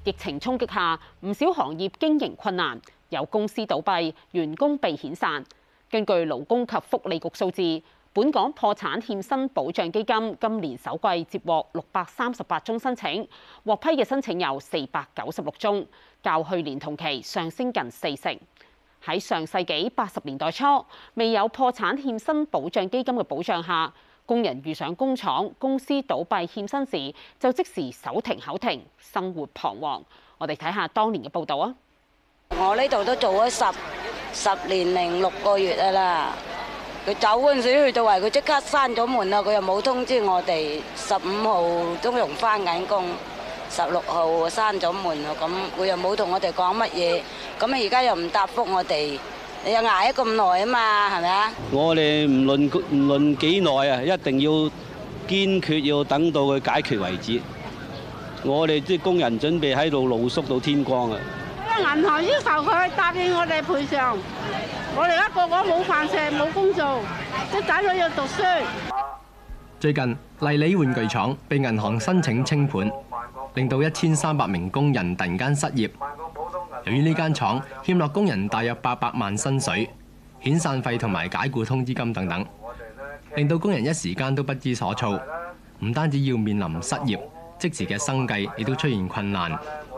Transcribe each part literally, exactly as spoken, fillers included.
疫情衝擊下，唔少行業經營困難，有公司倒閉，員工被遣散。根據勞工及福利局數字，本港破產欠薪保障基金今年首季接獲六百三十八宗申請，獲批嘅申請有四百九十六宗，較去年同期上升近四成。喺上世紀八十年代初，未有破產欠薪保障基金嘅保障下，工人遇上工廠、公司倒閉欠薪時，就即時手停口停，生活彷徨。我哋睇下當年嘅報導啊！ 我呢度都做咗十十年零六個月啊啦。佢走嗰陣時，去到話佢即刻閂咗門啦，佢又冇通知我哋。十五號都仲翻緊工，十六號閂咗門啊，咁佢又冇同我哋講乜嘢。咁啊，而家又唔答覆我哋。你又捱咗咁耐啊嘛，係咪啊？ 我哋唔論唔論幾耐啊，一定要堅決要等到佢解決為止。我哋啲工人準備喺度露宿到天光啊！ 銀行要求佢答應我哋賠償，我哋而家個個冇飯食冇工做，啲仔女要讀書。 最近麗梨玩具廠被銀行申請清盤，令到一千三百名工人突然間失業。由於呢間廠欠落工人大約八百萬薪水、遣散費同埋解僱通知金等等，令到工人一時間都不知所措。唔單止要面臨失業，即時嘅生計亦都出現困難。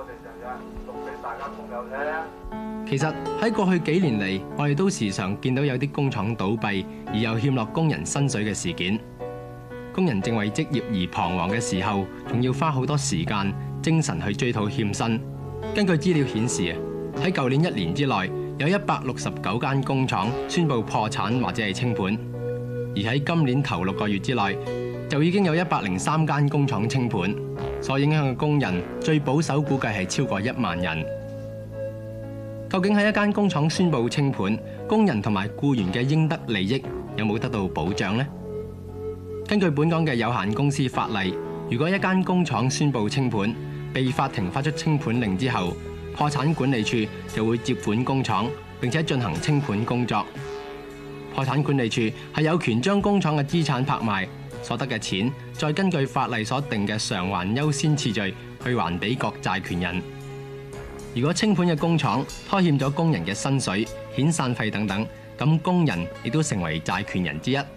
其實喺過去幾年嚟，我哋都時常見到有啲工廠倒閉而又欠落工人薪水嘅事件。工人正為職業而彷徨嘅時候，仲要花好多時間、精神去追討欠薪。根據資料顯示，喺舊年一年之內，有一百六十九間工廠宣布破產或者係清盤，而喺今年頭六個月之內，就已經有一百零三間工廠清盤，所影響嘅工人最保守估計係超過一萬人。究竟喺一間工廠宣布清盤，工人同埋僱員嘅應得利益有冇得到保障呢？根據本港嘅有限公司法例，如果一間工廠宣布清盤，被法庭發出清盤令之後，破產管理處就會接管工廠，並且進行清盤工作。破產管理處係有權將工廠嘅資產拍賣，所得嘅錢再根據法例所定嘅償還優先次序去還俾各債權人。如果清盤嘅工廠拖欠咗工人嘅薪水、遣散費等等，咁工人亦都成為債權人之一。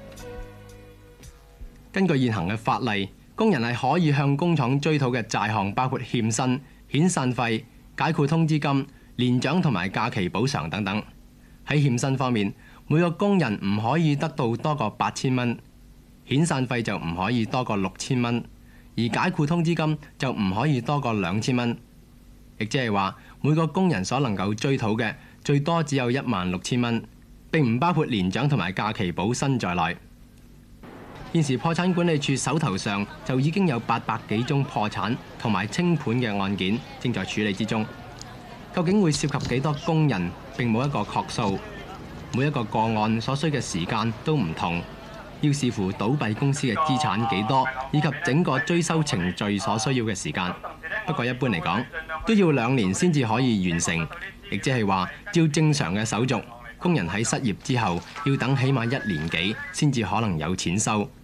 根據現行嘅法例，工人係可以向工廠追討嘅債項包括欠薪、遣散費、解僱通知金、年獎同埋假期補償等等。喺欠薪方面，每個工人唔可以得到多過八千蚊，遣散費就唔可以多過六千蚊，而解僱通知金就唔可以多過兩千蚊。亦即係話，每個工人所能夠追討嘅最多只有一萬六千蚊，並唔包括年獎同埋假期補薪在內。現時破產管理處手頭上就已經有八百幾宗破產同埋清盤嘅案件正在處理之中。究竟會涉及幾多工人，並冇一個確數。每一個個案所需嘅時間都唔同，要視乎倒閉公司嘅資產幾多，以及整個追收程序所需要嘅時間。不過一般嚟講，都要兩年先至可以完成，亦即係話，照正常嘅手續，工人喺失業之後要等起碼一年幾先至可能有錢收。